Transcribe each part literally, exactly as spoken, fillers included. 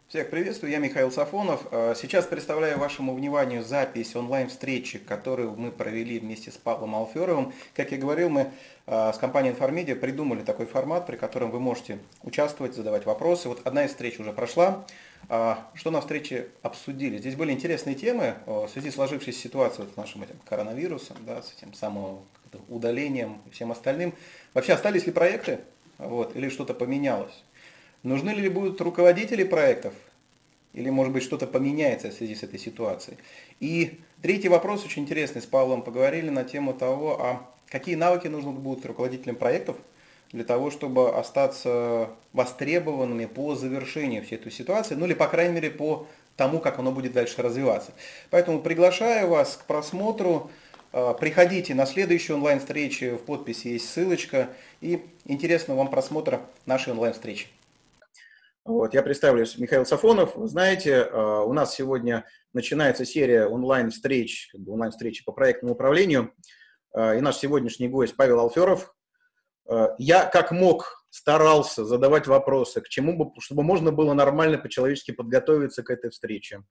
Всех приветствую, я Михаил Сафонов. Э, Сейчас представляю вашему вниманию запись онлайн-встречи, которую мы провели вместе с Павлом Алферовым. Как я говорил, мы э, с компанией Информедиа придумали такой формат, при котором вы можете участвовать, задавать вопросы. Вот одна из встреч уже прошла. А, Что на встрече обсудили? Здесь были интересные темы э, в связи с сложившейся ситуацией вот с нашим этим коронавирусом, да, с этим самым удалением и всем остальным. Вообще остались ли проекты? Вот, или что-то поменялось? Нужны ли будут руководители проектов? Или, может быть, что-то поменяется в связи с этой ситуацией? И третий вопрос очень интересный. С Павлом поговорили на тему того, а какие навыки нужны будут руководителям проектов для того, чтобы остаться востребованными по завершению всей этой ситуации, ну или, по крайней мере, по тому, как оно будет дальше развиваться. Поэтому приглашаю вас к просмотру. Э, Приходите на следующую онлайн-встречу, в подписи есть ссылочка. И интересного вам просмотра нашей онлайн-встречи. Вот, я представлюсь, Михаил Сафонов. Вы знаете, э, у нас сегодня начинается серия онлайн-встреч, как бы онлайн-встречи по проектному управлению. Э, И наш сегодняшний гость Павел Алферов. Э, Я как мог старался задавать вопросы, к чему бы, чтобы можно было нормально по-человечески подготовиться к этой встрече.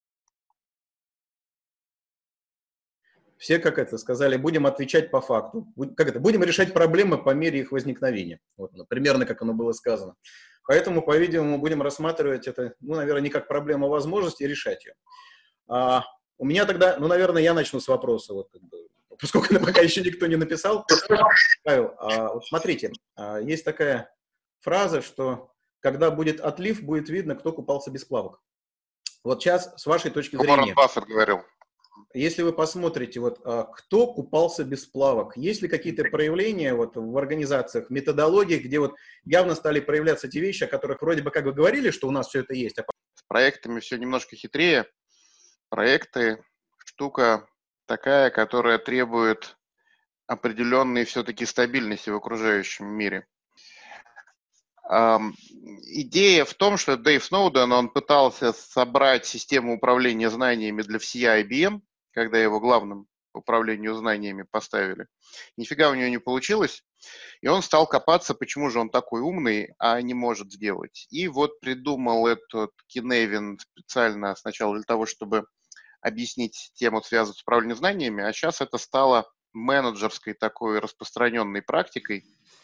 Все, как это сказали, будем отвечать по факту. Будь- Как это? Будем решать проблемы по мере их возникновения. Вот, ну, примерно как оно было сказано. Поэтому, по-видимому, будем рассматривать это, ну, наверное, не как проблему, а возможность и решать ее. А, у меня тогда, ну, наверное, я начну с вопроса, вот, как бы, поскольку пока еще никто не написал. Павел, а, вот смотрите, а, есть такая фраза, что когда будет отлив, будет видно, кто купался без плавок. Вот сейчас, с вашей точки Уоррен зрения, Баффет говорил. если вы посмотрите, вот, а, кто купался без плавок, есть ли какие-то проявления вот, в организациях, методологии, где вот явно стали проявляться те вещи, о которых вроде бы как вы говорили, что у нас все это есть, а С проектами все немножко хитрее. Проекты — штука такая, которая требует определенной все-таки стабильности в окружающем мире. Ам, идея в том, что Дэйв Сноуден, он пытался собрать систему управления знаниями для всей ай би эм, когда его главным по управлению знаниями поставили. Нифига у него не получилось. И он стал копаться, почему же он такой умный, а не может сделать. И вот придумал этот Киневин специально сначала для того, чтобы объяснить тему, связанную с управлением знаниями, а сейчас это стало менеджерской такой распространенной практикой.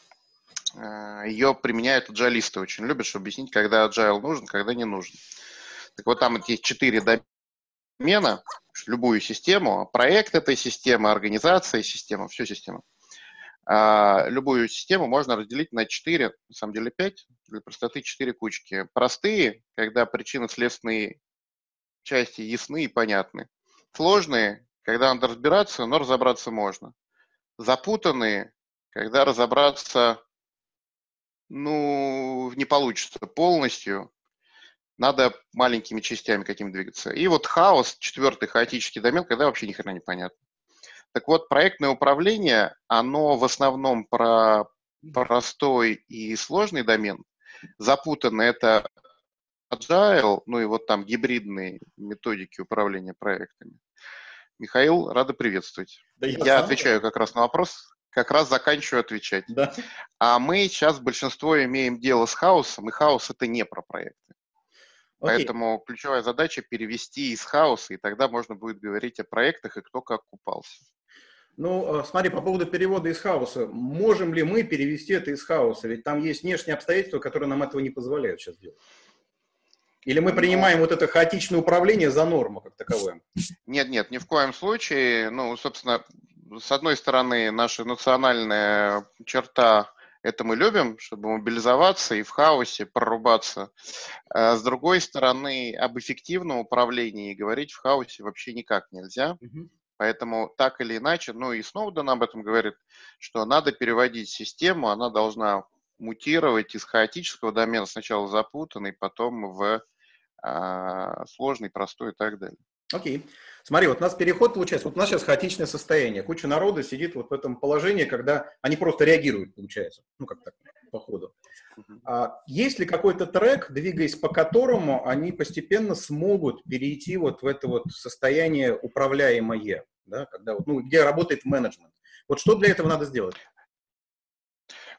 Ее применяют аджайлисты, очень любят, чтобы объяснить, когда agile нужен, когда не нужен. Так вот, там есть четыре домена, любую систему, проект этой системы, организация системы, всю систему. А, любую систему можно разделить на четыре, на самом деле пять, для простоты четыре кучки. Простые, когда причинно-следственные части ясны и понятны. Сложные, когда надо разбираться, но разобраться можно. Запутанные, когда разобраться, ну, не получится полностью, надо маленькими частями какими двигаться. И вот хаос, четвертый хаотический домен, когда вообще ни хрена не понятно. Так вот, проектное управление, оно в основном про простой и сложный домен. Запутанный — это agile, ну и вот там гибридные методики управления проектами. Михаил, рада приветствовать. да я Я сам отвечаю рад. как раз на вопрос, как раз заканчиваю отвечать. Да. А мы сейчас большинство имеем дело с хаосом, и хаос — это не про проекты. Окей. Поэтому ключевая задача — перевести из хаоса, и тогда можно будет говорить о проектах и кто как купался. Ну, э, смотри, по поводу перевода из хаоса. Можем ли мы перевести это из хаоса? Ведь там есть внешние обстоятельства, которые нам этого не позволяют сейчас делать. Или мы Ну, принимаем вот это хаотичное управление за норму как таковое? нет, нет, ни в коем случае. Ну, собственно, с одной стороны, наша национальная черта — это мы любим, чтобы мобилизоваться и в хаосе прорубаться. А с другой стороны, об эффективном управлении говорить в хаосе вообще никак нельзя. Мгм. Поэтому так или иначе, ну и Сноуден об этом говорит, что надо переводить систему, она должна мутировать из хаотического домена, сначала запутанный, потом в а, сложный, простой и так далее. Окей. Смотри, вот у нас переход получается. Вот у нас сейчас хаотичное состояние. Куча народа сидит вот в этом положении, когда они просто реагируют, получается. Ну, как так, по ходу. Мгм. А есть ли какой-то трек, двигаясь по которому они постепенно смогут перейти вот в это вот состояние управляемое, да, когда вот, ну, где работает менеджмент? Вот что для этого надо сделать?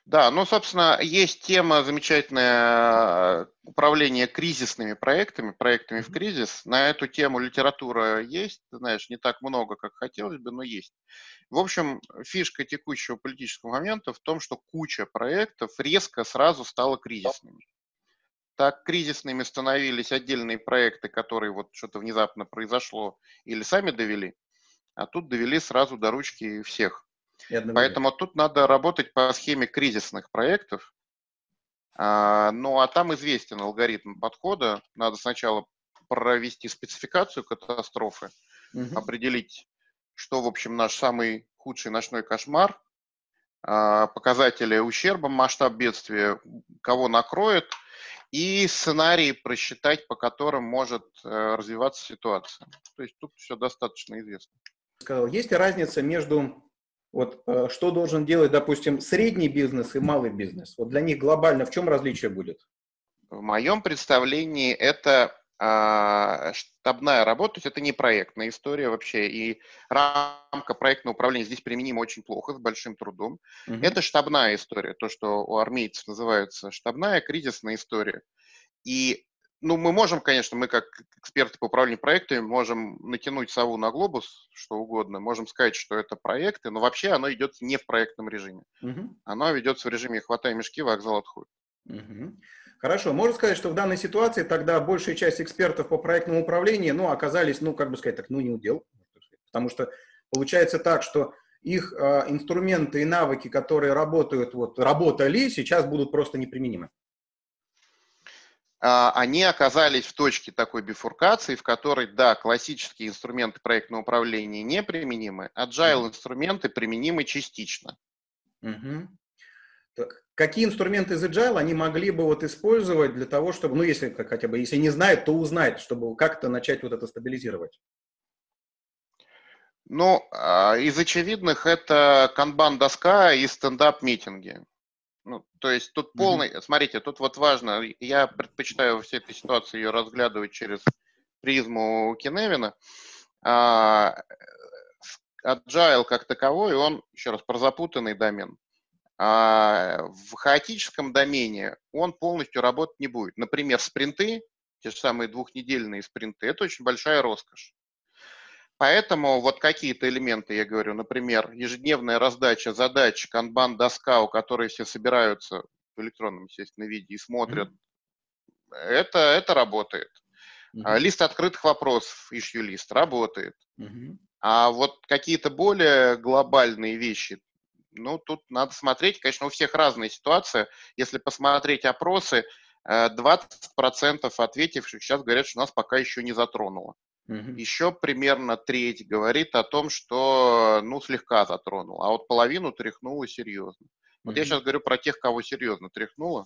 Да, ну, собственно, есть тема замечательная управления кризисными проектами, проектами в кризис. На эту тему литература есть, ты знаешь, не так много, как хотелось бы, но есть. В общем, фишка текущего политического момента в том, что куча проектов резко сразу стала кризисными. Так кризисными становились отдельные проекты, которые вот что-то внезапно произошло или сами довели, а тут довели сразу до ручки всех. И одновременно. Поэтому тут надо работать по схеме кризисных проектов. А, ну, а там известен алгоритм подхода. Надо сначала провести спецификацию катастрофы, Мгм. определить, что, в общем, наш самый худший ночной кошмар, а, показатели ущерба, масштаб бедствия, кого накроет, и сценарии просчитать, по которым может э, развиваться ситуация. То есть тут все достаточно известно. Сказал, есть ли разница между вот э, что должен делать, допустим, средний бизнес и малый бизнес? Вот для них глобально в чем различие будет? В моем представлении это а, штабная работа, то есть это не проектная история вообще, и рамка проектного управления здесь применима очень плохо, с большим трудом. Мгм. Это штабная история, то, что у армейцев называется штабная кризисная история. И, ну, мы можем, конечно, мы как эксперты по управлению проектами можем натянуть сову на глобус, что угодно, можем сказать, что это проекты, но вообще оно идет не в проектном режиме. Мгм. Оно ведется в режиме «хватай мешки, вокзал отходит». Мгм. Хорошо, можно сказать, что в данной ситуации тогда большая часть экспертов по проектному управлению, ну, оказались, ну, как бы сказать так, ну, не удел. Потому что получается так, что их э, инструменты и навыки, которые работают, вот, работали, сейчас будут просто неприменимы. а, они оказались в точке такой бифуркации, в которой, да, классические инструменты проектного управления неприменимы, agile инструменты применимы частично. Мгм. Так, какие инструменты из Agile они могли бы вот использовать для того, чтобы, ну, если как хотя бы, если не знают, то узнать, чтобы как-то начать вот это стабилизировать? Ну, а, из очевидных это канбан-доска и стендап-митинги. Ну, то есть тут Мгм. полный, смотрите, тут вот важно, я предпочитаю во всей этой ситуации ее разглядывать через призму Киневина. А, Agile как таковой, он, еще раз, про запутанный домен. А в хаотическом домене он полностью работать не будет. Например, спринты, те же самые двухнедельные спринты, это очень большая роскошь. Поэтому вот какие-то элементы, я говорю, например, ежедневная раздача задач, канбан-доска, у которой все собираются в электронном, естественно, виде и смотрят, Мгм. это, это работает. А Мгм. лист открытых вопросов, issue лист, работает. Мгм. А вот какие-то более глобальные вещи, ну, тут надо смотреть, конечно, у всех разная ситуация. Если посмотреть опросы, э, двадцать процентов ответивших сейчас говорят, что нас пока еще не затронуло. Мгм. Еще примерно треть говорит о том, что, ну, слегка затронул, а вот половину тряхнуло серьезно. Вот я Мгм. сейчас говорю про тех, кого серьезно тряхнуло.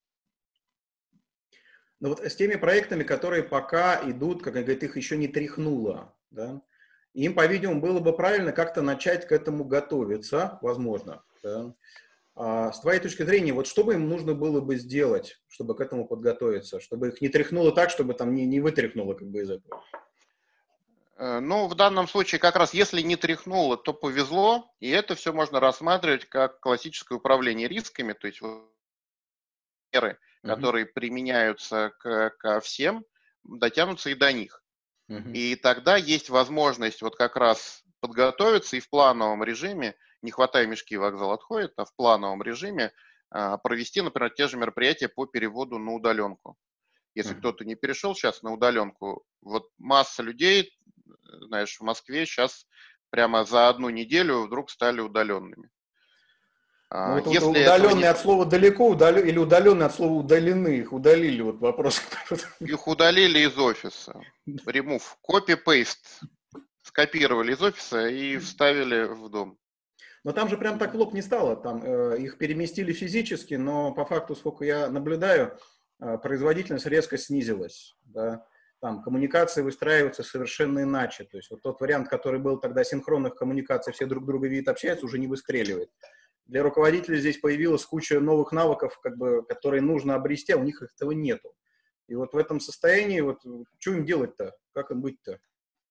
Ну вот с теми проектами, которые пока идут, как говорит, их еще не тряхнуло, да, им, по-видимому, было бы правильно как-то начать к этому готовиться, возможно, да. А с твоей точки зрения, вот что бы им нужно было бы сделать, чтобы к этому подготовиться, чтобы их не тряхнуло так, чтобы там не, не вытряхнуло как бы из этого? Э, Ну, в данном случае как раз если не тряхнуло, то повезло, и это все можно рассматривать как классическое управление рисками, то есть вот меры, Мгм. которые применяются к, ко всем, дотянутся и до них. Мгм. И тогда есть возможность вот как раз подготовиться и в плановом режиме, не хватая мешки, вокзал отходит, а в плановом режиме а, провести, например, те же мероприятия по переводу на удаленку. Если Мгм. кто-то не перешел сейчас на удаленку, вот масса людей, э, знаешь, в Москве сейчас прямо за одну неделю вдруг стали удаленными. Ну А, вот, вот Если этого не... удаленные от слова далеко удалё- или удаленные от слова удалены, их удалили, вот вопрос. Их удалили из офиса. Remove, copy-paste. Скопировали из офиса и вставили в дом. Но там же прям так в лоб не стало, там э, их переместили физически, но по факту, сколько я наблюдаю, э, производительность резко снизилась, да. Там коммуникации выстраиваются совершенно иначе, то есть вот тот вариант, который был тогда синхронных коммуникаций, все друг друга видят, общаются, уже не выстреливает. Для руководителей здесь появилась куча новых навыков, как бы, которые нужно обрести, а у них этого нету. И вот в этом состоянии, вот, что им делать-то, как им быть-то?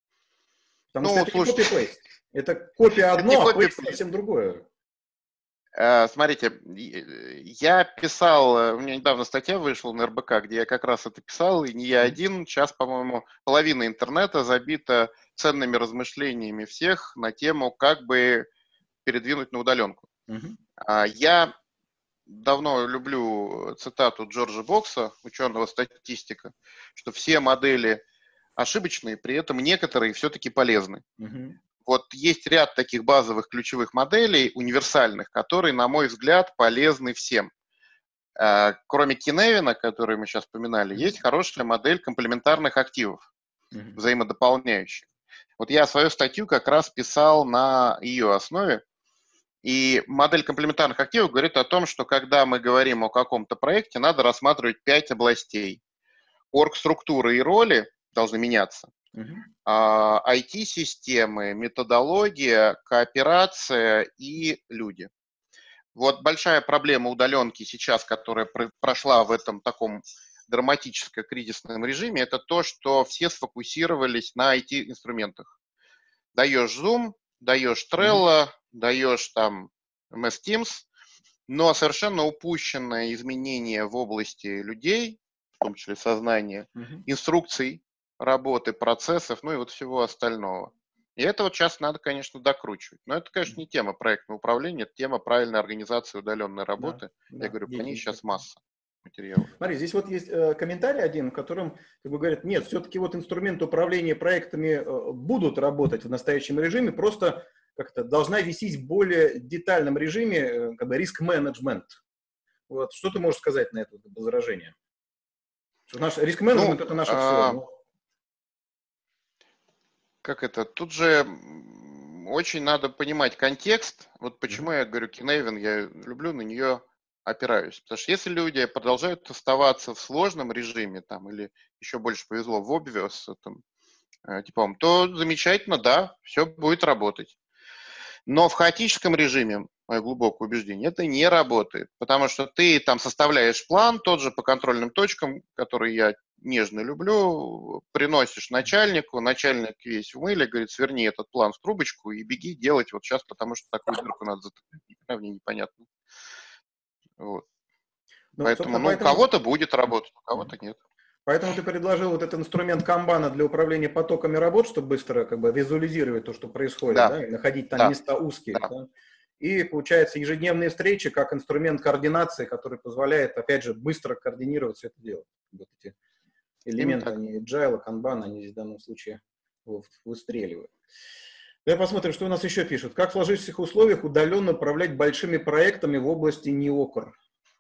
Потому что Ну, это не слушайте, копи-пейст. Это копия это не одно, а копи. пейст совсем другое. Э, Смотрите, и- я писал, э, у меня недавно статья вышла на эр бэ ка, где я как раз это писал, и не я Мгм. один. Сейчас, по-моему, половина интернета забита ценными размышлениями всех на тему, как бы передвинуть на удаленку. Мгм. А, Я давно люблю цитату Джорджа Бокса, ученого-статистика, что все модели ошибочные, при этом некоторые все-таки полезны. Мгм. Вот есть ряд таких базовых ключевых моделей, универсальных, которые, на мой взгляд, полезны всем. А, Кроме Киневина, который мы сейчас вспоминали, Мгм. есть хорошая модель комплементарных активов, Мгм. взаимодополняющих. Вот я свою статью как раз писал на ее основе, и модель комплементарных активов говорит о том, что когда мы говорим о каком-то проекте, надо рассматривать пять областей. Оргструктуры и роли должны меняться. Мгм. а, ай ти-системы, методология, кооперация и люди. Вот большая проблема удаленки сейчас, которая пр- прошла в этом таком драматическо-кризисном режиме, это то, что все сфокусировались на ай ти-инструментах. Даешь Zoom, даешь Мгм. Trello, даешь там эм эс Teams, но совершенно упущенное изменение в области людей, в том числе сознания, Мгм. инструкций работы, процессов, ну и вот всего остального. И это вот сейчас надо, конечно, докручивать. Но это, конечно, не тема проектного управления, это тема правильной организации удаленной Да, работы. Я да, говорю, по ней деятельность сейчас такая. масса материалов. Смотри, здесь вот есть э, комментарий один, в котором как бы говорят, нет, все-таки вот инструменты управления проектами э, будут работать в настоящем режиме, просто как-то должна вестись в более детальном режиме, э, как бы риск-менеджмент. Вот, что ты можешь сказать на это возражение? Что наш Ну, риск-менеджмент это наше все. а, Ну, как это? Тут же м, очень надо понимать контекст. Вот почему мгм, я говорю, Киневин, я люблю, на нее опираюсь. Потому что если люди продолжают оставаться в сложном режиме, там, или еще больше повезло, в obvious, там, э, типа, то замечательно, да, все будет работать. Но в хаотическом режиме, мое глубокое убеждение, это не работает, потому что ты там составляешь план, тот же по контрольным точкам, который я нежно люблю, приносишь начальнику, начальник весь в мыле, говорит, сверни этот план в трубочку и беги делать вот сейчас, потому что такую дырку надо затыкать, никогда в ней непонятно. Вот. ну, Поэтому, собственно, ну, у поэтому, кого-то будет работать, у мгм. кого-то нет. Поэтому ты предложил вот этот инструмент канбана для управления потоками работ, чтобы быстро как бы визуализировать то, что происходит, Да, да, и находить там да, места узкие, да. да. И получается ежедневные встречи как инструмент координации, который позволяет, опять же, быстро координировать все это дело. Вот эти Именно элементы, так. они agile, канбан, они здесь в данном случае вот, выстреливают. Давай посмотрим, что у нас еще пишут. Как в сложившихся условиях удаленно управлять большими проектами в области НИОКР?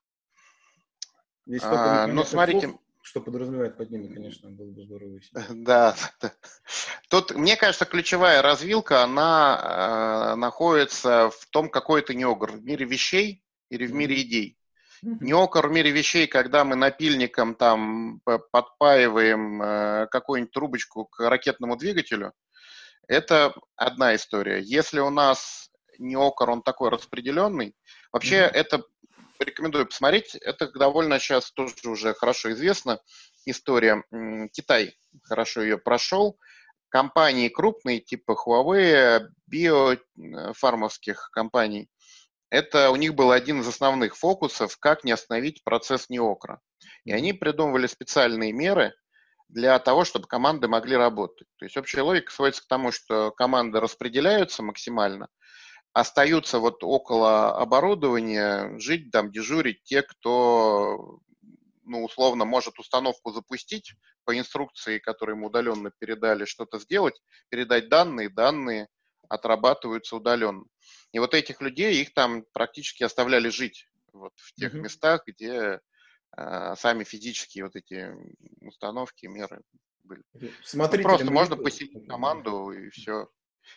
Здесь столько А, ну, непонятных слов, смотрите, что подразумевает под ними, конечно, было бы здорово выяснить. да, да. Тут, мне кажется, ключевая развилка, она э, находится в том, какой это неокр, в мире вещей или в мире Мгм. идей. Мгм. Неокр в мире вещей, когда мы напильником там п- подпаиваем э, какую-нибудь трубочку к ракетному двигателю, это одна история. Если у нас неокр, он такой распределенный, вообще Мгм. это рекомендую посмотреть, это довольно сейчас тоже уже хорошо известно история. М, Китай хорошо ее прошел, компании крупные, типа Huawei, биофармовских компаний, это у них был один из основных фокусов, как не остановить процесс неокра. И они Мгм. придумывали специальные меры для того, чтобы команды могли работать. То есть общая логика сводится к тому, что команды распределяются максимально, остаются вот около оборудования жить, там, дежурить те, кто, ну, условно, может установку запустить по инструкции, которую ему удаленно передали, что-то сделать, передать данные, данные отрабатываются удаленно. И вот этих людей, их там практически оставляли жить вот в тех Мгм. местах, где э, сами физические вот эти установки, меры были. Ну, Смотрители просто можно маяков. поселить команду и все.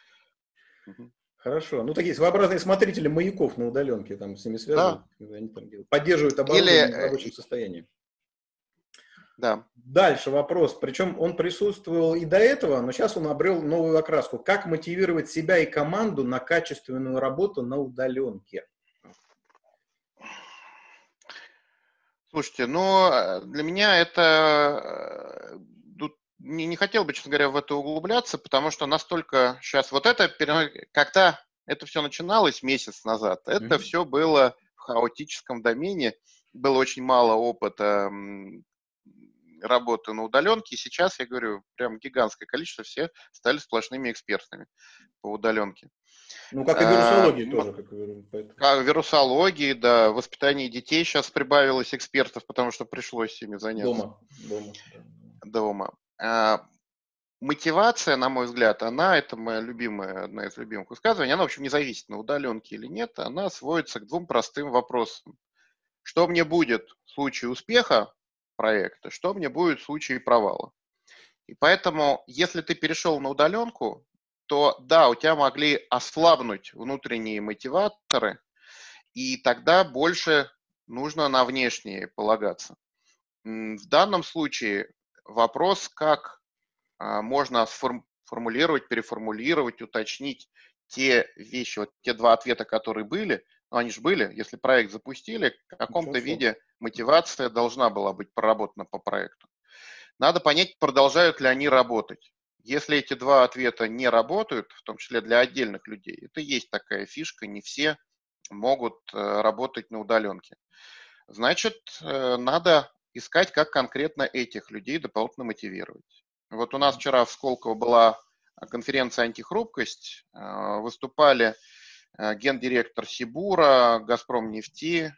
Хорошо. Ну, такие своеобразные смотрители маяков на удаленке, там с ними связывают, Да. когда они там делают. Поддерживают Или, оборудование в э, рабочем и- состоянии. да. Дальше вопрос. Причем он присутствовал и до этого, но сейчас он обрел новую окраску. Как мотивировать себя и команду на качественную работу на удаленке? Слушайте, ну, э, для меня это... э, тут не, не хотел бы, честно говоря, в это углубляться, потому что настолько сейчас вот это, пере- когда Это все начиналось месяц назад. Это Мгм. все было в хаотическом домене. Было очень мало опыта м, работы на удаленке. Сейчас, я говорю, прям гигантское количество, все стали сплошными экспертами по удаленке. Ну, как и А, вирусологии м, тоже, как и виру- поэтому. Как вирусологии, да, воспитание детей сейчас прибавилось экспертов, потому что пришлось ими заняться Дома, дома, да. дома. А, Мотивация, на мой взгляд, она, это моя любимая, одна из любимых высказываний, она, в общем, не зависит, на удаленке или нет, она сводится к двум простым вопросам. Что мне будет в случае успеха проекта, что мне будет в случае провала. И поэтому, если ты перешел на удаленку, то да, у тебя могли ослабнуть внутренние мотиваторы, и тогда больше нужно на внешние полагаться. М, В данном случае вопрос, как а, можно сформ- формулировать, переформулировать, уточнить те вещи, вот те два ответа, которые были, ну, они же были, если проект запустили, в Ну, каком-то хорошо. виде мотивация должна была быть проработана по проекту. Надо понять, продолжают ли они работать. Если эти два ответа не работают, в том числе для отдельных людей, это и есть такая фишка, не все могут э, работать на удаленке. Значит, э, надо искать, как конкретно этих людей дополнительно мотивировать. Вот у нас Мгм. вчера в Сколково была конференция «Антихрупкость». э, Выступали э, гендиректор Сибура, Газпром нефти,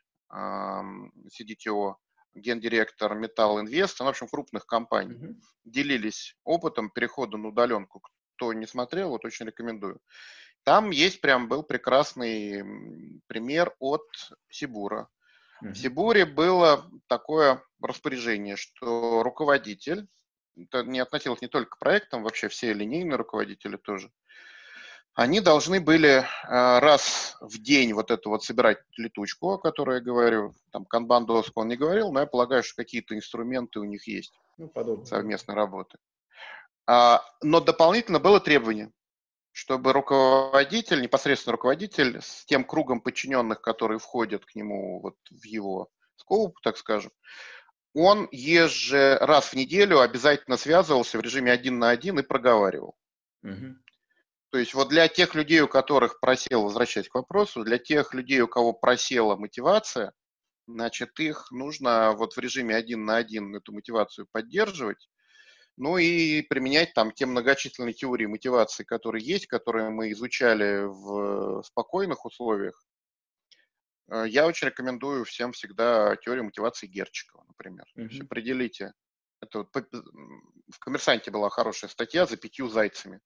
си ди ти о, гендиректор Металл Инвест, ну, в общем, крупных компаний. Мгм. Делились опытом перехода на удаленку. Кто не смотрел, вот очень рекомендую. Там есть прям был прекрасный м, пример от Сибура. В Мгм. Сибуре было такое распоряжение, что руководитель, это не относилось не только к проектам, вообще все линейные руководители тоже, они должны были а, раз в день вот эту вот собирать летучку, о которой я говорю, там канбан-доску он не говорил, но я полагаю, что какие-то инструменты у них есть Ну, подобное, да. совместной работы. А, но дополнительно было требование, чтобы руководитель, непосредственно руководитель с тем кругом подчиненных, которые входят к нему вот в его скоуп, так скажем, он еже раз в неделю обязательно связывался в режиме один на один и проговаривал. Мгм. То есть вот для тех людей, у которых просела, возвращаясь к вопросу, для тех людей, у кого просела мотивация, значит, их нужно вот в режиме один на один эту мотивацию поддерживать, ну и применять там те многочисленные теории мотивации, которые есть, которые мы изучали в спокойных условиях. Э, Я очень рекомендую всем всегда теорию мотивации Герчикова, например. То есть Мгм. определите. Это вот по- м, в «Коммерсанте» была хорошая статья «За пятью зайцами».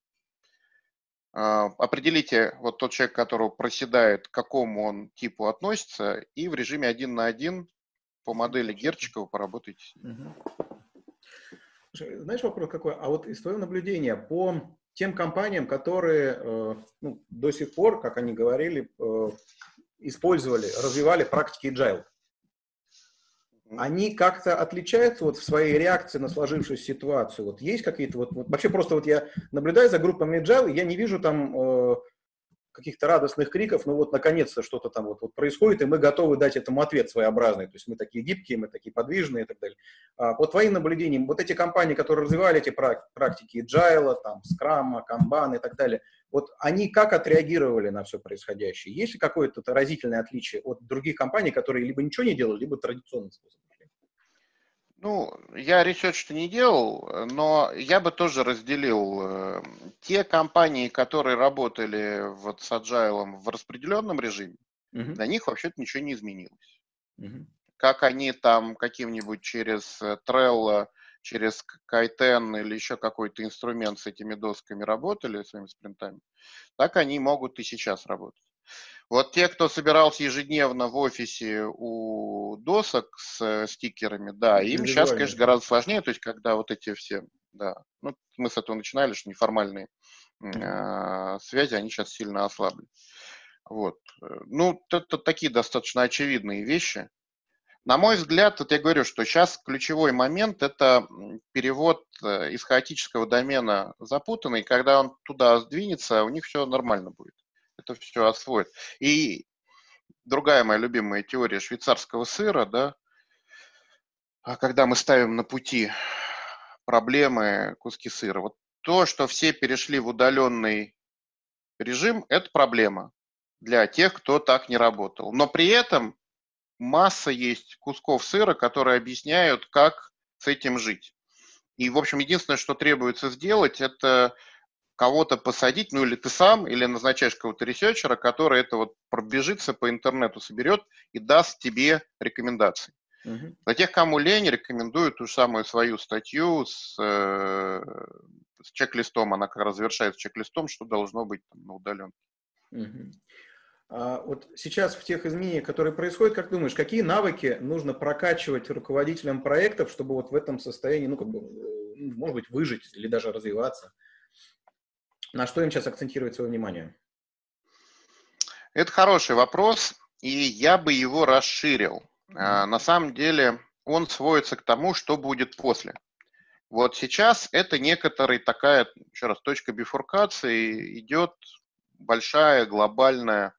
А, Определите вот тот человек, которого проседает, к какому он типу относится, и в режиме один на один по модели Замечательно. Герчикова поработайте с ним. Мгм. Слушай, знаешь, вопрос какой? А вот из твоего наблюдения по тем компаниям, которые э, ну, до сих пор, как они говорили, э, использовали, развивали практики agile, Мгм. они как-то отличаются вот в своей реакции на сложившуюся ситуацию? Вот есть какие-то вот, вот вообще просто вот я наблюдаю за группами agile, и я не вижу там э, каких-то радостных криков, ну вот наконец-то что-то там вот, вот происходит, и мы готовы дать этому ответ своеобразный. То есть мы такие гибкие, мы такие подвижные и так далее. А, по твоим наблюдениям, вот эти компании, которые развивали эти практики agile, там, скрама, камбан и так далее, вот они как отреагировали на все происходящее? Есть ли какое-то разительное отличие от других компаний, которые либо ничего не делали, либо традиционным способом? Ну, я ресерч не делал, э, но я бы тоже разделил э, те компании, которые работали вот с Agile в распределенном режиме, Мгм. для них вообще-то ничего не изменилось. Мгм. Как они там каким-нибудь через э, Trello, через Kaizen или еще какой-то инструмент с этими досками работали, своими спринтами, так они могут и сейчас работать. Вот те, кто собирался ежедневно в офисе у досок с э, стикерами, да, им сейчас, Визуально. конечно, гораздо сложнее, то есть когда вот эти все, да, ну, мы с этого начинали, что неформальные Мгм. э, связи, они сейчас сильно ослабли. Вот. Э, Ну, это такие достаточно очевидные вещи. На мой взгляд, вот я говорю, что сейчас ключевой момент – это м, перевод э, из хаотического домена в запутанный. Когда он туда сдвинется, у них все нормально будет. Это все освоит. И другая моя любимая теория швейцарского сыра, да, а когда мы ставим на пути проблемы куски сыра. Вот то, что все перешли в удаленный режим – это проблема для тех, кто так не работал. Но при этом масса есть кусков сыра, которые объясняют, как с этим жить. И, в общем, единственное, что требуется сделать, это кого-то посадить, ну или ты сам, или назначаешь кого-то ресерчера, который это вот пробежится по интернету, соберет и даст тебе рекомендации. Мгм. Для тех, кому лень, рекомендую ту же самую свою статью с, э, с чек-листом. Она как раз завершается чек-листом, что должно быть там, на удаленке. Мгм. А вот сейчас в тех изменениях, которые происходят, как думаешь, какие навыки нужно прокачивать руководителям проектов, чтобы вот в этом состоянии, ну, как бы, э, ну, может быть, выжить или даже развиваться? На что им сейчас акцентировать свое внимание? Это хороший вопрос, и я бы его расширил. А, Мгм. На самом деле он сводится к тому, что будет после. Вот сейчас это некоторая такая, еще раз, точка бифуркации, идет большая глобальная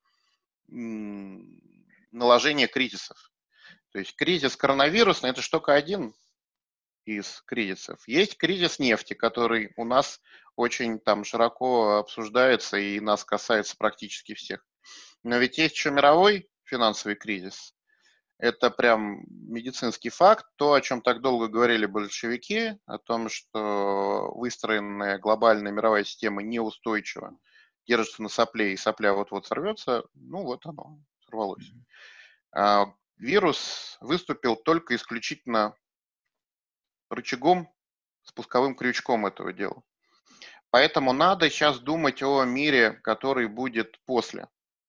м, наложение кризисов. То есть кризис коронавирусный – это ж только один из кризисов. Есть кризис нефти, который у нас очень там широко обсуждается и нас касается практически всех. Но ведь есть еще мировой финансовый кризис. Это прям медицинский факт. То, о чем так долго говорили большевики, о том, что выстроенная глобальная мировая система неустойчива, держится на сопле, и сопля вот-вот сорвется, ну вот оно, сорвалось. А вирус выступил только исключительно рычагом, спусковым крючком этого дела. Поэтому надо сейчас думать о мире, который будет после.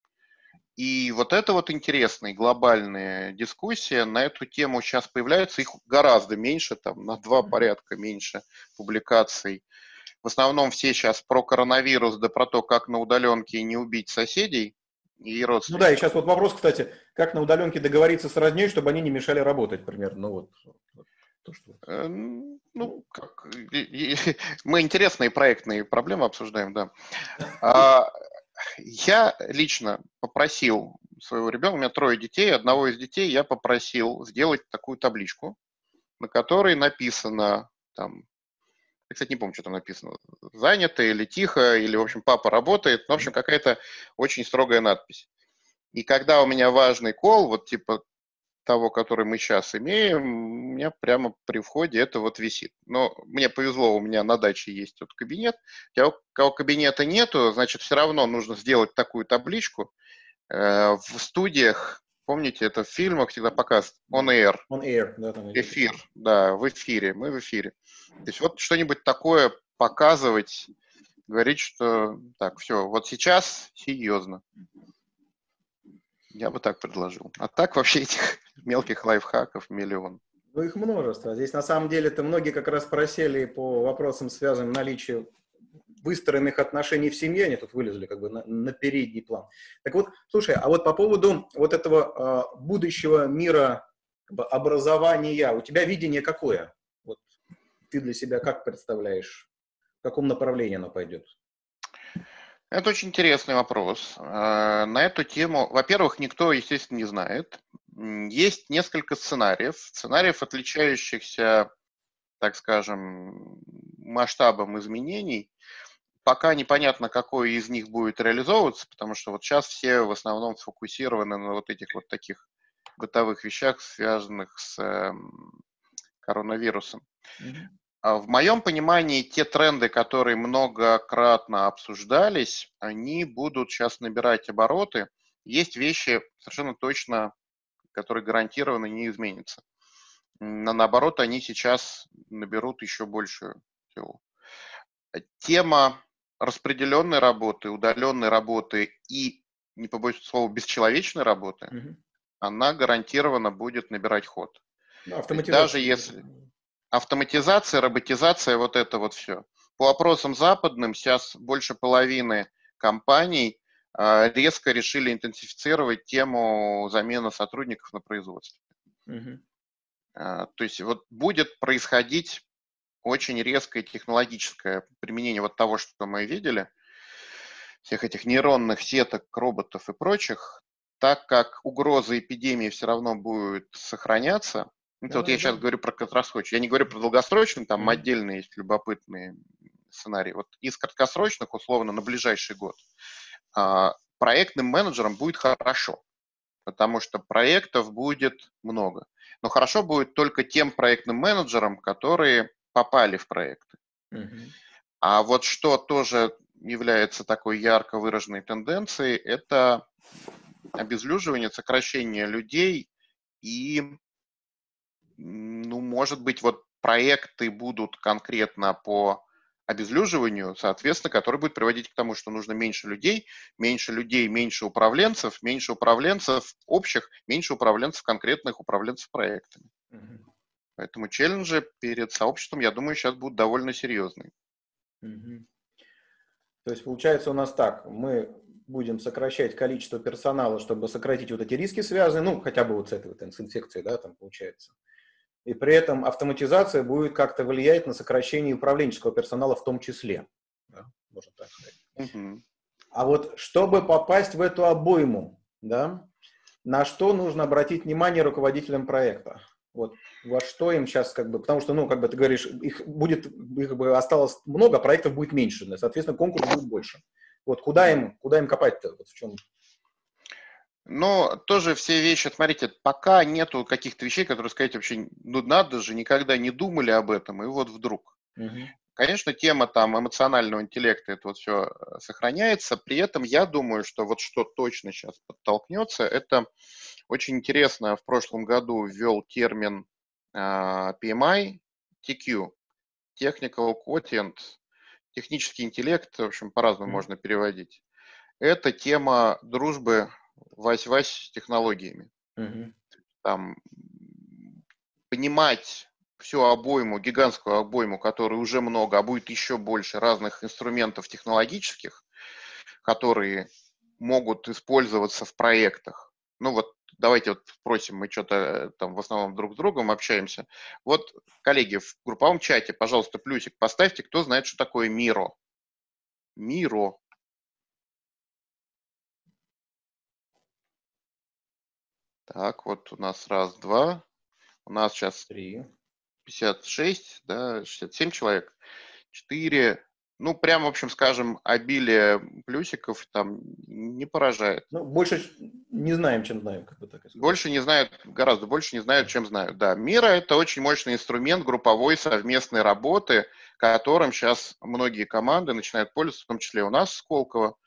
И вот это вот интересная глобальная дискуссия на эту тему сейчас появляется, их гораздо меньше, там на два порядка меньше публикаций. В основном все сейчас про коронавирус, да про то, как на удаленке не убить соседей и Ну да, и родственников. сейчас вот вопрос, кстати, как на удаленке договориться с родней, чтобы они не мешали работать, примерно. Ну вот, вот то, что... Э, Ну, Ну, как, и- и- мы интересные проектные проблемы обсуждаем, да. А, Я лично попросил своего ребенка, у меня трое детей, одного из детей я попросил сделать такую табличку, на которой написано, там, я, кстати, не помню, что там написано, занято или тихо, или, в общем, папа работает, ну, в общем, какая-то очень строгая надпись. И когда у меня важный кол, вот типа того, который мы сейчас имеем, у меня прямо при входе это вот висит. Но мне повезло, у меня на даче есть вот кабинет. У кого кабинета нету, значит, все равно нужно сделать такую табличку. Э, В студиях, помните, это в фильмах всегда показывают on да. air, On air, да, там идет. эфир, да, в эфире, мы в эфире. То есть вот что-нибудь такое показывать, говорить, что так, все, вот сейчас серьезно. Я бы так предложил. А так вообще этих мелких лайфхаков миллион. Ну, их множество. Здесь на самом деле-то многие как раз просели по вопросам, связанным с наличием выстроенных отношений в семье, они тут вылезли как бы на, на передний план. Так вот, слушай, а вот по поводу вот этого э, будущего мира как бы, образования, у тебя видение какое? Вот ты для себя как представляешь, в каком направлении оно пойдет? Это очень интересный вопрос. Э, На эту тему, во-первых, никто, естественно, не знает. М, Есть несколько сценариев, сценариев, отличающихся, так скажем, масштабом изменений. Пока непонятно, какой из них будет реализовываться, потому что вот сейчас все в основном сфокусированы на вот этих вот таких бытовых вещах, связанных с эм, коронавирусом. Мгм. А В моем понимании, те тренды, которые многократно обсуждались, они будут сейчас набирать обороты. Есть вещи совершенно точно, которые гарантированно не изменятся. На- Наоборот, они сейчас наберут еще большую силу. Э, Тема распределенной работы, удаленной работы и, не побоюсь слова, бесчеловечной работы, Мгм. она гарантированно будет набирать ход. Да, То есть даже автоматизация. если автоматизация, роботизация, вот это вот все. По вопросам западным сейчас больше половины компаний а, резко решили интенсифицировать тему замены сотрудников на производстве. Мгм. А, То есть вот будет происходить очень резкое технологическое применение вот того, что мы видели, всех этих нейронных сеток, роботов и прочих, так как угроза эпидемии все равно будет сохраняться. Это вот Да, я да. сейчас говорю про краткосрочный. Я не говорю про долгосрочный, там Мгм. отдельные есть любопытные сценарии. Вот из краткосрочных, условно, на ближайший год, проектным менеджерам будет хорошо, потому что проектов будет много. Но хорошо будет только тем проектным менеджерам, которые попали в проекты. Uh-huh. А вот что тоже является такой ярко выраженной тенденцией, это обезлюживание, сокращение людей и, ну, может быть, вот проекты будут конкретно по обезлюживанию, соответственно, который будет приводить к тому, что нужно меньше людей, меньше людей, меньше управленцев, меньше управленцев общих, меньше управленцев конкретных управленцев проектами. Uh-huh. Поэтому челленджи перед сообществом, я думаю, сейчас будут довольно серьезные. Uh-huh. То есть получается у нас так, мы будем сокращать количество персонала, чтобы сократить вот эти риски связанные, ну, хотя бы вот с этой вот с инфекцией, да, там получается. И при этом автоматизация будет как-то влиять на сокращение управленческого персонала в том числе. Да, можно так сказать. Uh-huh. А вот чтобы попасть в эту обойму, да, на что нужно обратить внимание руководителям проекта? Вот во что им сейчас как бы, потому что, ну, как бы ты говоришь, их будет, их бы осталось много, проектов будет меньше, да, соответственно, конкурс будет больше. Вот куда им, куда им копать-то? Вот в чем? Но тоже все вещи, смотрите, пока нету каких-то вещей, которые сказать вообще, ну, надо же, никогда не думали об этом, и вот вдруг. Угу. Конечно, тема там эмоционального интеллекта, это вот все сохраняется, при этом я думаю, что вот что точно сейчас подтолкнется, это очень интересно, в прошлом году ввел термин uh, пи эм ай ти кью, Technical Quotient, технический интеллект, в общем, по-разному mm-hmm. можно переводить. Это тема дружбы вась-вась с технологиями. Mm-hmm. Там понимать всю обойму, гигантскую обойму, которой уже много, а будет еще больше разных инструментов технологических, которые могут использоваться в проектах. Ну вот давайте вот спросим, мы что-то там в основном друг с другом общаемся. Вот, коллеги, в групповом чате, пожалуйста, плюсик поставьте, кто знает, что такое Миро. Миро. Так, вот у нас раз, два. У нас сейчас три. пятьдесят шесть, да, шестьдесят семь человек. четыре. Ну, прям, в общем, скажем, обилие плюсиков там не поражает. Ну, больше не знаем, чем знаем, как бы так сказать. Больше не знают, гораздо больше не знают, чем знают. Да, Мира – это очень мощный инструмент групповой совместной работы, которым сейчас многие команды начинают пользоваться, в том числе у нас в Сколково.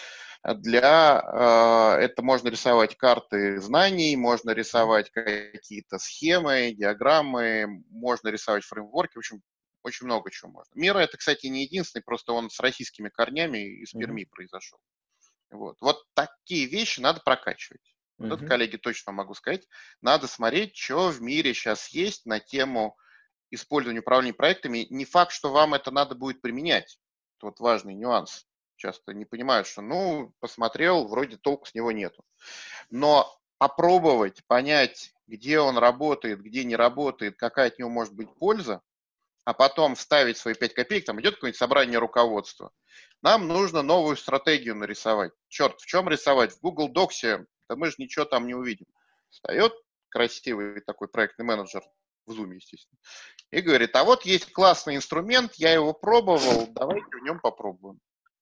Для, это можно рисовать карты знаний, можно рисовать какие-то схемы, диаграммы, можно рисовать фреймворки, в общем, очень много чего можно. Мира – это, кстати, не единственный, просто он с российскими корнями из Перми mm-hmm. произошел. Вот. вот такие вещи надо прокачивать. Вот mm-hmm. это, коллеги, точно могу сказать. Надо смотреть, что в мире сейчас есть на тему использования управления проектами. Не факт, что вам это надо будет применять. Это вот важный нюанс. Часто не понимают, что, ну, посмотрел, вроде толку с него нету. Но попробовать понять, где он работает, где не работает, какая от него может быть польза, а потом вставить свои пять копеек, там идет какое-нибудь собрание руководства. Нам нужно новую стратегию нарисовать. Черт, в чем рисовать? В Google Docs, да мы же ничего там не увидим. Встает красивый такой проектный менеджер, в Zoom, естественно, и говорит, а вот есть классный инструмент, я его пробовал, давайте в нем попробуем.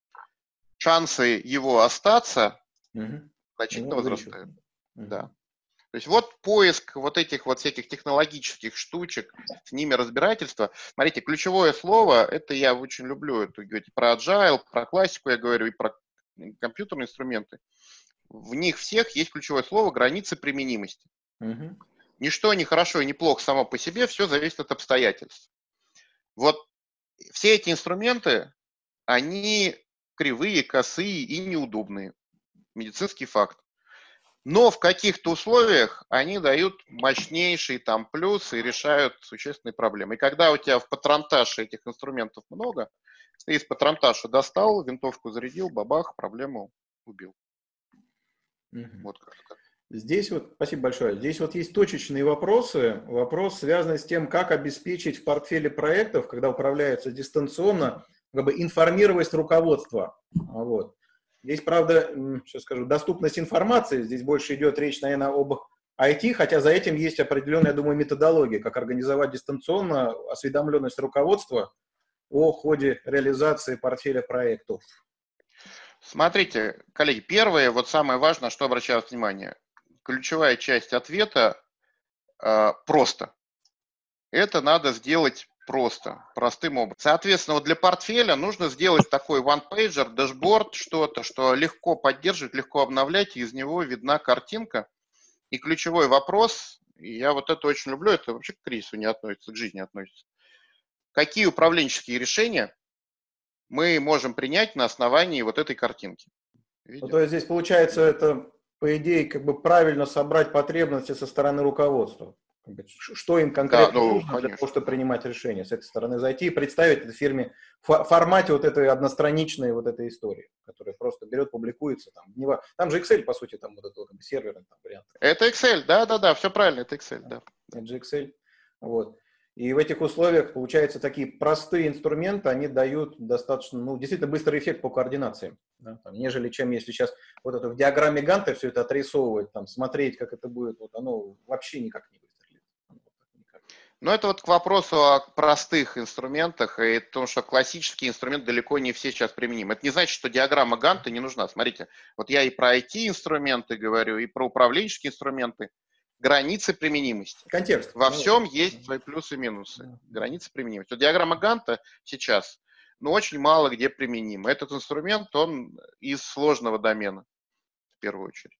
Шансы его остаться угу. значительно ну, возрастают. Угу. Да. То есть вот поиск вот этих вот всяких технологических штучек, с ними разбирательство. Смотрите, ключевое слово, это я очень люблю, это говорить про agile, про классику я говорю, и про компьютерные инструменты. В них всех есть ключевое слово границы применимости. Угу. Ничто не хорошо и не плохо само по себе, все зависит от обстоятельств. Вот все эти инструменты, они кривые, косые и неудобные. Медицинский факт. Но в каких-то условиях они дают мощнейшие там плюсы и решают существенные проблемы. И когда у тебя в патронташе этих инструментов много, ты из патронташа достал, винтовку зарядил, бабах, проблему убил. Угу. Вот как-то. Здесь вот, спасибо большое, здесь вот есть точечные вопросы. Вопрос связан с тем, как обеспечить в портфеле проектов, когда управляются дистанционно, как бы информировать руководство. Вот. Здесь, правда, сейчас скажу, доступность информации, здесь больше идет речь, наверное, об ай ти, хотя за этим есть определенная, я думаю, методология, как организовать дистанционно осведомленность руководства о ходе реализации портфеля проектов. Смотрите, коллеги, первое, вот самое важное, что обращаю внимание. Ключевая часть ответа э, просто. Это надо сделать просто, простым образом. Соответственно, вот для портфеля нужно сделать такой one-pager, дашборд, что-то, что легко поддерживать, легко обновлять, и из него видна картинка. И ключевой вопрос, и я вот это очень люблю, это вообще к кризису не относится, к жизни относится. Какие управленческие решения мы можем принять на основании вот этой картинки? Ну, то есть здесь получается это, по идее, как бы правильно собрать потребности со стороны руководства. Что им конкретно да, ну, нужно конечно, для того, чтобы да. принимать решения. С этой стороны зайти и представить это фирме в формате вот этой одностраничной вот этой истории, которая просто берет, публикуется. Там, там же Excel, по сути, там вот этот как бы, серверный там, вариант. Это Excel, да-да-да, все правильно, это Excel, да. Это же Excel. Вот. И в этих условиях, получается, такие простые инструменты, они дают достаточно, ну, действительно быстрый эффект по координации, да, там, нежели чем если сейчас вот это в диаграмме Ганта все это отрисовывать, там, смотреть, как это будет, вот оно вообще никак не выстрелит. Ну, это вот к вопросу о простых инструментах и том, что классические инструменты далеко не все сейчас применимы. Это не значит, что диаграмма Ганта не нужна. Смотрите, вот я и про ай ти-инструменты говорю, и про управленческие инструменты. Границы применимости. Контекст. Во ну, всем есть свои плюсы и минусы. Границы применимости. Вот диаграмма Ганта сейчас, ну, очень мало где применима. Этот инструмент, он из сложного домена, в первую очередь.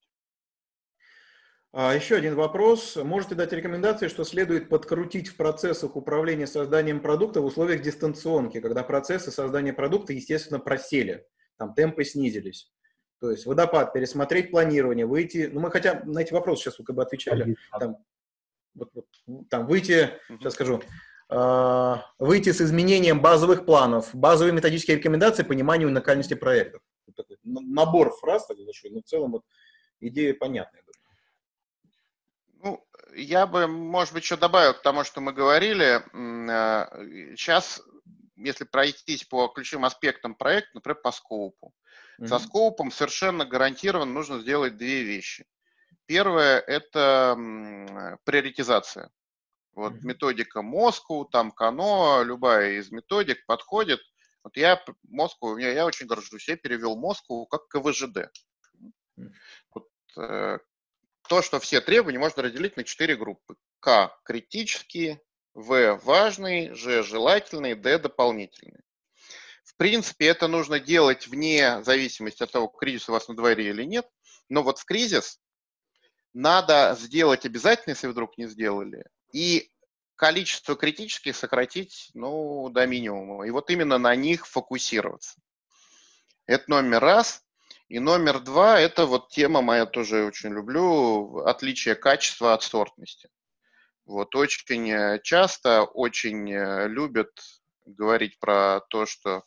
А еще один вопрос. Можете дать рекомендации, что следует подкрутить в процессах управления созданием продукта в условиях дистанционки, когда процессы создания продукта, естественно, просели, там темпы снизились. То есть водопад, пересмотреть планирование, выйти, ну мы хотя на эти вопросы сейчас вы как бы отвечали, там, вот, вот, там выйти, сейчас скажу, э, выйти с изменением базовых планов, базовые методические рекомендации, пониманию уникальности проектов. Вот такой набор фраз, так большой, но в целом вот идея понятная. Ну, я бы, может быть, еще добавил к тому, что мы говорили. Сейчас, если пройтись по ключевым аспектам проекта, например, по скоупу. Mm-hmm. Со скоупом совершенно гарантированно нужно сделать две вещи. Первое – это приоритизация. Вот mm-hmm. методика Moscow, там Kano, любая из методик подходит. Вот я Moscow, я, я очень горжусь, я перевел Moscow как ка вэ жэ дэ. Mm-hmm. Вот, то, что все требования можно разделить на четыре группы. К – критические, В – важные, Ж – желательные, Д – дополнительные. В принципе, это нужно делать вне зависимости от того, кризис у вас на дворе или нет. Но вот в кризис надо сделать обязательно, если вдруг не сделали, и количество критических сократить, ну, до минимума. И вот именно на них фокусироваться. Это номер раз. И номер два, это вот тема моя, тоже очень люблю, отличие качества от сортности. Вот очень часто, очень любят говорить про то, что...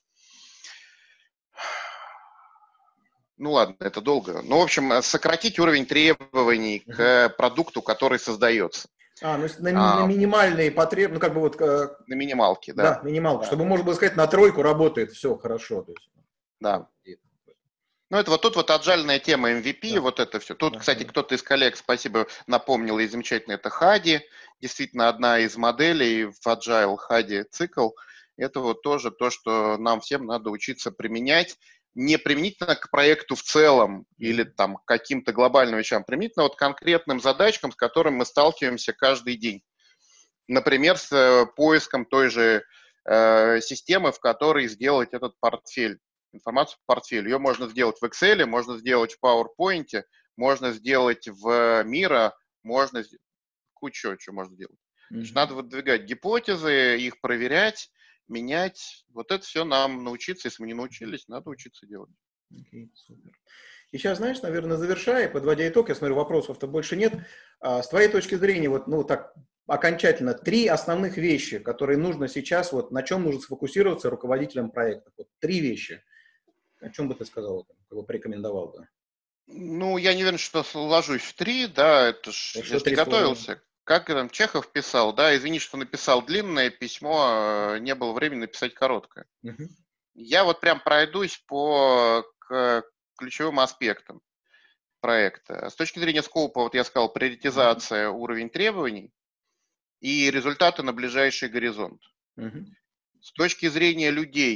Ну ладно, это долго. Ну, в общем, сократить уровень требований mm-hmm. к продукту, который создается. А, ну на, а, на минимальные потребности, ну как бы вот... На минималке, да. Да, минималка, да. Чтобы можно было сказать, на тройку работает, все хорошо. То есть. Да. Ну, это вот тут вот аджальная тема эм ви пи, да. Вот это все. Тут, да, кстати, да. Кто-то из коллег, спасибо, напомнил, и замечательно, это Хади. Действительно, одна из моделей в Agile Хади цикл. Это вот тоже то, что нам всем надо учиться применять. Не применительно к проекту в целом mm-hmm. или там к каким-то глобальным вещам, применительно вот конкретным задачкам, с которыми мы сталкиваемся каждый день. Например, с поиском той же э, системы, в которой сделать этот портфель. Информацию по портфелю. Ее можно сделать в Excel, можно сделать в PowerPoint, можно сделать в Miro, можно кучу чего можно делать. Mm-hmm. Значит, надо выдвигать гипотезы, их проверять, менять. Вот это все нам научиться, если мы не научились, надо учиться делать. Okay, супер. И сейчас, знаешь, наверное, завершая, подводя итог, я смотрю, вопросов-то больше нет. А, с твоей точки зрения, вот, ну, так, окончательно, три основных вещи, которые нужно сейчас, вот, на чем нужно сфокусироваться руководителям проекта. Вот, три вещи. О чем бы ты сказал, кого порекомендовал бы? Ну, я не уверен, что ложусь в три, да, это ж, я же не готовился. Как там Чехов писал, да, извини, что написал длинное письмо, не было времени написать короткое. Uh-huh. Я вот прям пройдусь по к ключевым аспектам проекта. С точки зрения скопа, вот я сказал, приоритизация, uh-huh. уровень требований и результаты на ближайший горизонт. Uh-huh. С точки зрения людей,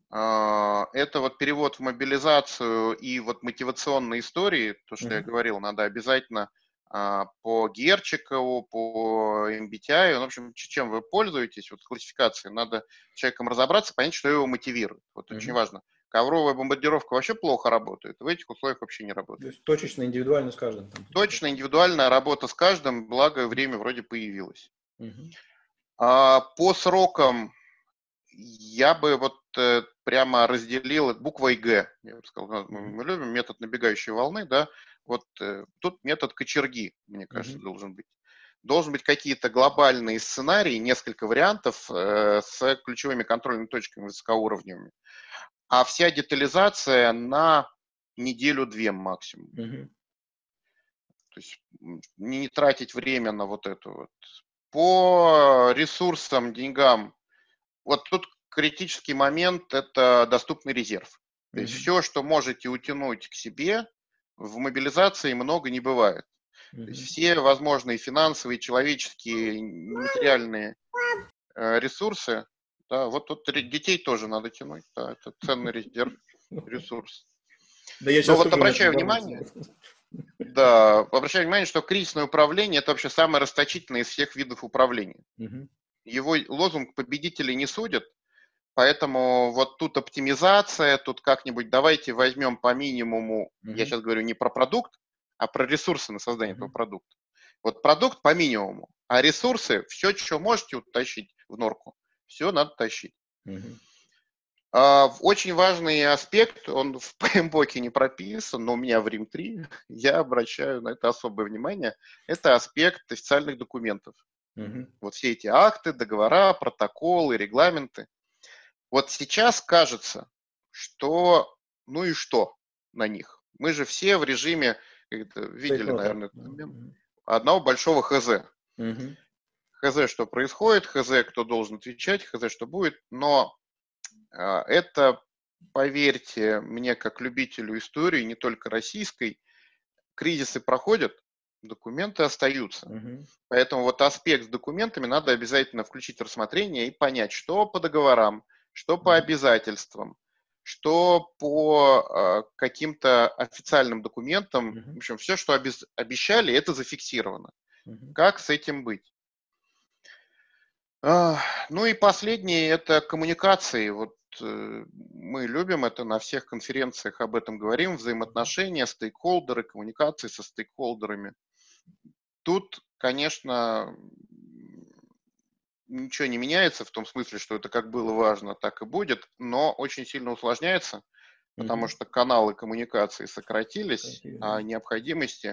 А, Это вот перевод в мобилизацию и вот мотивационные истории, то, что я Мгм. говорил, надо обязательно а, по Герчикову, по эм би ти ай, ну, в общем, ч- чем вы пользуетесь, вот классификацией, надо с человеком разобраться, понять, что его мотивирует. Вот очень Мгм. важно. Ковровая бомбардировка вообще плохо работает, в этих условиях вообще не То работает. есть точечно, индивидуально с каждым там Точно получается. индивидуальная работа с каждым, благо время вроде появилось. Мгм. А по срокам я бы вот э, прямо разделил это буквой Г. Я бы сказал, ну, мы Мгм. мы любим метод набегающей волны, да. Вот э, тут метод кочерги, мне кажется, Мгм. должен быть. Должен быть какие-то глобальные сценарии, несколько вариантов э, с ключевыми контрольными точками высокоуровневыми. А вся детализация на неделю-две максимум. Мгм. То есть м, не, не тратить время на вот это вот. По ресурсам, деньгам, вот тут критический момент – это доступный резерв. То есть Мгм. все, что можете утянуть к себе, в мобилизации много не бывает. То есть Мгм. все возможные финансовые, человеческие, нематериальные э, ресурсы, да, вот тут ре- детей тоже надо тянуть, да, это ценный резерв, ресурс. Да я Но сейчас вот тоже обращаю недавно внимание, тянул. да, обращаю внимание, что кризисное управление – это вообще самое расточительное из всех видов управления. Мгм. Его лозунг «победителей не судят», поэтому вот тут оптимизация, тут как-нибудь давайте возьмем по минимуму, я Мгм. сейчас говорю не про продукт, а про ресурсы на создание этого Мгм. продукта. Вот продукт по минимуму, а ресурсы, все, что можете утащить в норку, все надо тащить. Мгм. А, в- Очень важный аспект, он в пэ эм бок не прописан, но у меня в рим три, я обращаю на это особое внимание, это аспект официальных документов. Мгм. Вот все эти акты, договора, протоколы, регламенты. Вот сейчас кажется, что ну и что на них? Мы же все в режиме, как это, видели, Цейтнота. наверное, этот Да. мем, Мгм. одного большого хз. Мгм. Хз, что происходит, хз, кто должен отвечать, хз, что будет. Но а, это, поверьте мне, как любителю истории, не только российской, кризисы проходят, документы остаются. Мгм. Поэтому вот аспект с документами надо обязательно включить в рассмотрение и понять, что по договорам, что по Мгм. обязательствам, что по э, каким-то официальным документам. В Мгм. общем, все, что обез- обещали, это зафиксировано. Мгм. Как с этим быть? А, Ну и последнее – это коммуникации. Вот э, мы любим это, на всех конференциях об этом говорим, взаимоотношения, стейкхолдеры, коммуникации со стейкхолдерами. Тут, конечно, ничего не меняется в том смысле, что это как было важно, так и будет, но очень сильно усложняется, потому Мгм. что каналы коммуникации сократились, Сократились, а да. необходимости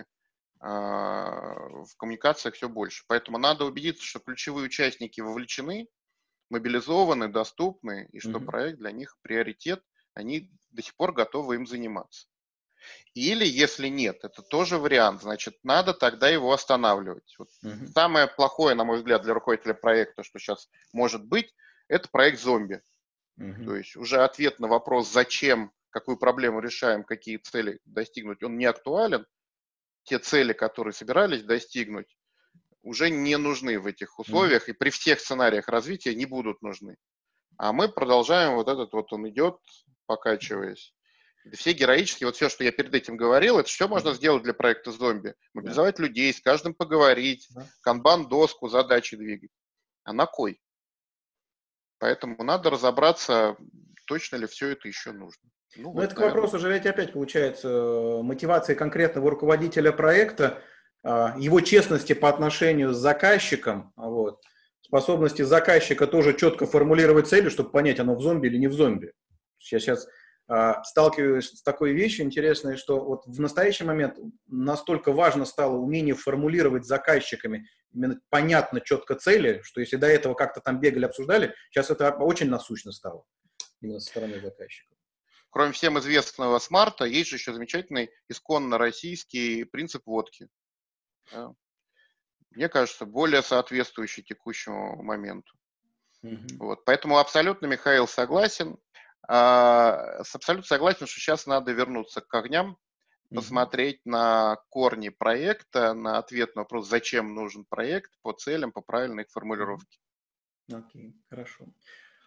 а, в коммуникациях все больше. Поэтому надо убедиться, что ключевые участники вовлечены, мобилизованы, доступны, и что Мгм. проект для них приоритет, они до сих пор готовы им заниматься. Или, если нет, это тоже вариант, значит, надо тогда его останавливать. Вот Мгм. самое плохое, на мой взгляд, для руководителя проекта, что сейчас может быть, это проект зомби. Мгм. То есть уже ответ на вопрос, зачем, какую проблему решаем, какие цели достигнуть, он не актуален. Те цели, которые собирались достигнуть, уже не нужны в этих Мгм. условиях и при всех сценариях развития не будут нужны. А мы продолжаем вот этот вот, он идет, покачиваясь. Да все героически, вот все, что я перед этим говорил, это что можно Мгм. сделать для проекта зомби? Да, Мобилизовать людей, с каждым поговорить, да. канбан-доску, задачи двигать. А на кой? Поэтому надо разобраться, точно ли все это еще нужно. Ну Но вот, это к наверное, вопросу же ведь опять получается э, мотивации конкретного руководителя проекта, а, его честности по отношению с заказчиком, а вот, способности заказчика тоже четко формулировать цели, чтобы понять, оно в зомби или не в зомби. Я сейчас а, сталкиваюсь с такой вещью интересной, что вот в настоящий момент настолько важно стало умение формулировать с заказчиками именно понятно, четко цели, что если до этого как-то там бегали, обсуждали, сейчас это очень насущно стало именно со стороны заказчика. кроме всем известного смарта, есть же еще замечательный исконно российский принцип водки. Да. Мне кажется, более соответствующий текущему моменту. Мгм. Вот. Поэтому абсолютно, Михаил, согласен. А, с абсолютно согласен, что сейчас надо вернуться к огням, Мгм. посмотреть на корни проекта, на ответ на вопрос, зачем нужен проект, по целям, по правильной их Мгм. формулировке. Окей, хорошо.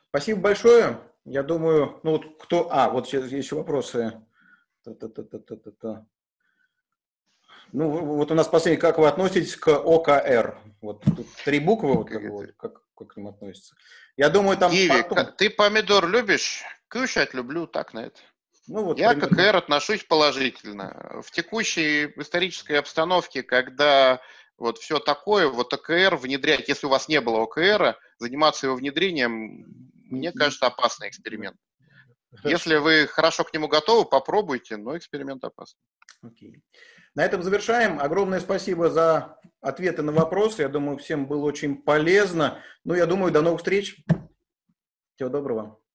Спасибо большое. Я думаю, ну вот кто... А, вот сейчас еще вопросы. Та-та-та-та-та-та. Ну, вот у нас последний, как вы относитесь к О К Р? Вот тут три буквы, вот как, вот, как, как к ним относятся. Я думаю, там Киви, потом... ты помидор любишь? Кушать люблю, так на это. Ну, вот Я к примерно. ОКР отношусь положительно. В текущей исторической обстановке, когда вот все такое, вот ОКР внедрять, если у вас не было ОКР, заниматься его внедрением, мне кажется, опасный эксперимент. Хорошо. Если вы хорошо к нему готовы, попробуйте, но эксперимент опасный. Окей. На этом завершаем. Огромное спасибо за ответы на вопросы. Я думаю, всем было очень полезно. Ну, я думаю, до новых встреч. Всего доброго.